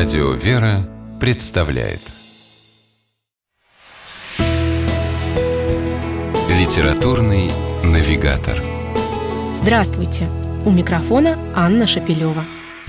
Радио «Вера» представляет Литературный навигатор. Здравствуйте! У микрофона Анна Шапилева.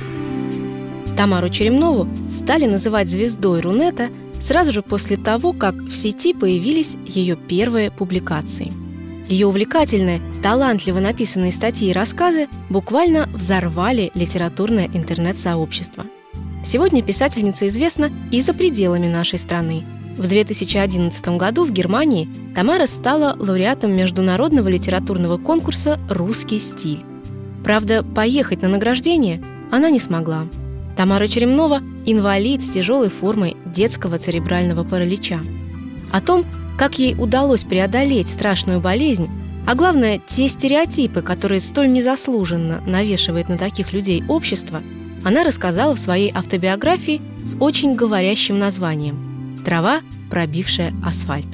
Тамару Черемнову стали называть звездой Рунета сразу же после того, как в сети появились ее первые публикации. Ее увлекательные, талантливо написанные статьи и рассказы буквально взорвали литературное интернет-сообщество. Сегодня писательница известна и за пределами нашей страны. В 2011 году в Германии Тамара стала лауреатом международного литературного конкурса «Русский стиль». Правда, поехать на награждение она не смогла. Тамара Черемнова – инвалид с тяжелой формой детского церебрального паралича. О том, как ей удалось преодолеть страшную болезнь, а главное, те стереотипы, которые столь незаслуженно навешивает на таких людей общество, она рассказала в своей автобиографии с очень говорящим названием «Трава, пробившая асфальт».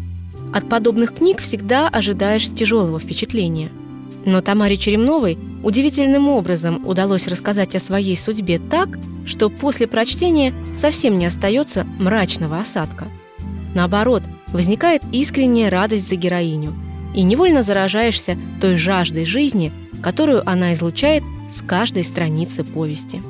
От подобных книг всегда ожидаешь тяжелого впечатления. Но Тамаре Черемновой удивительным образом удалось рассказать о своей судьбе так, что после прочтения совсем не остается мрачного осадка. Наоборот, возникает искренняя радость за героиню, и невольно заражаешься той жаждой жизни, которую она излучает с каждой страницы повести.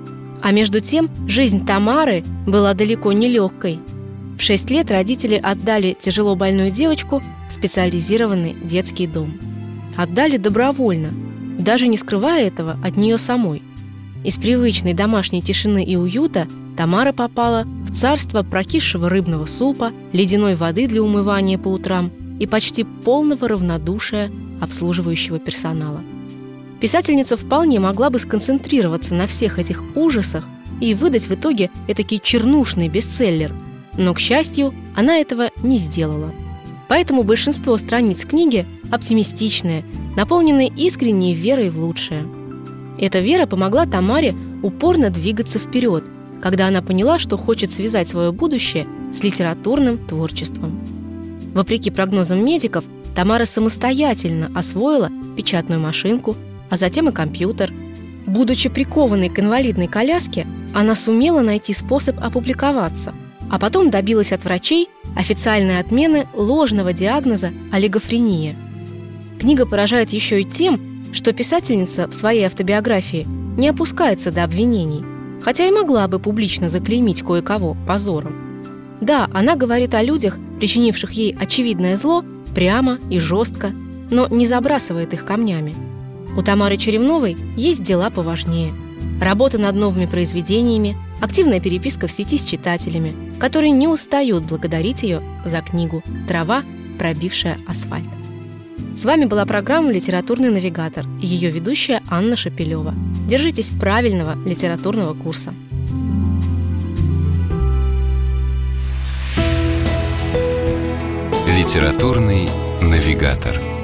А между тем, жизнь Тамары была далеко не легкой. В 6 лет родители отдали тяжело больную девочку в специализированный детский дом. Отдали добровольно, даже не скрывая этого от нее самой. Из привычной домашней тишины и уюта Тамара попала в царство прокисшего рыбного супа, ледяной воды для умывания по утрам и почти полного равнодушия обслуживающего персонала. Писательница вполне могла бы сконцентрироваться на всех этих ужасах и выдать в итоге этакий чернушный бестселлер, но, к счастью, она этого не сделала. Поэтому большинство страниц книги оптимистичные, наполненные искренней верой в лучшее. Эта вера помогла Тамаре упорно двигаться вперед, когда она поняла, что хочет связать свое будущее с литературным творчеством. Вопреки прогнозам медиков, Тамара самостоятельно освоила печатную машинку, а затем и компьютер. Будучи прикованной к инвалидной коляске, она сумела найти способ опубликоваться, а потом добилась от врачей официальной отмены ложного диагноза олигофрения. Книга поражает еще и тем, что писательница в своей автобиографии не опускается до обвинений, хотя и могла бы публично заклеймить кое-кого позором. Да, она говорит о людях, причинивших ей очевидное зло, прямо и жестко, но не забрасывает их камнями. У Тамары Черемновой есть дела поважнее. Работа над новыми произведениями, активная переписка в сети с читателями, которые не устают благодарить ее за книгу «Трава, пробившая асфальт». С вами была программа «Литературный навигатор» и ее ведущая Анна Шапилева. Держитесь правильного литературного курса. Литературный навигатор.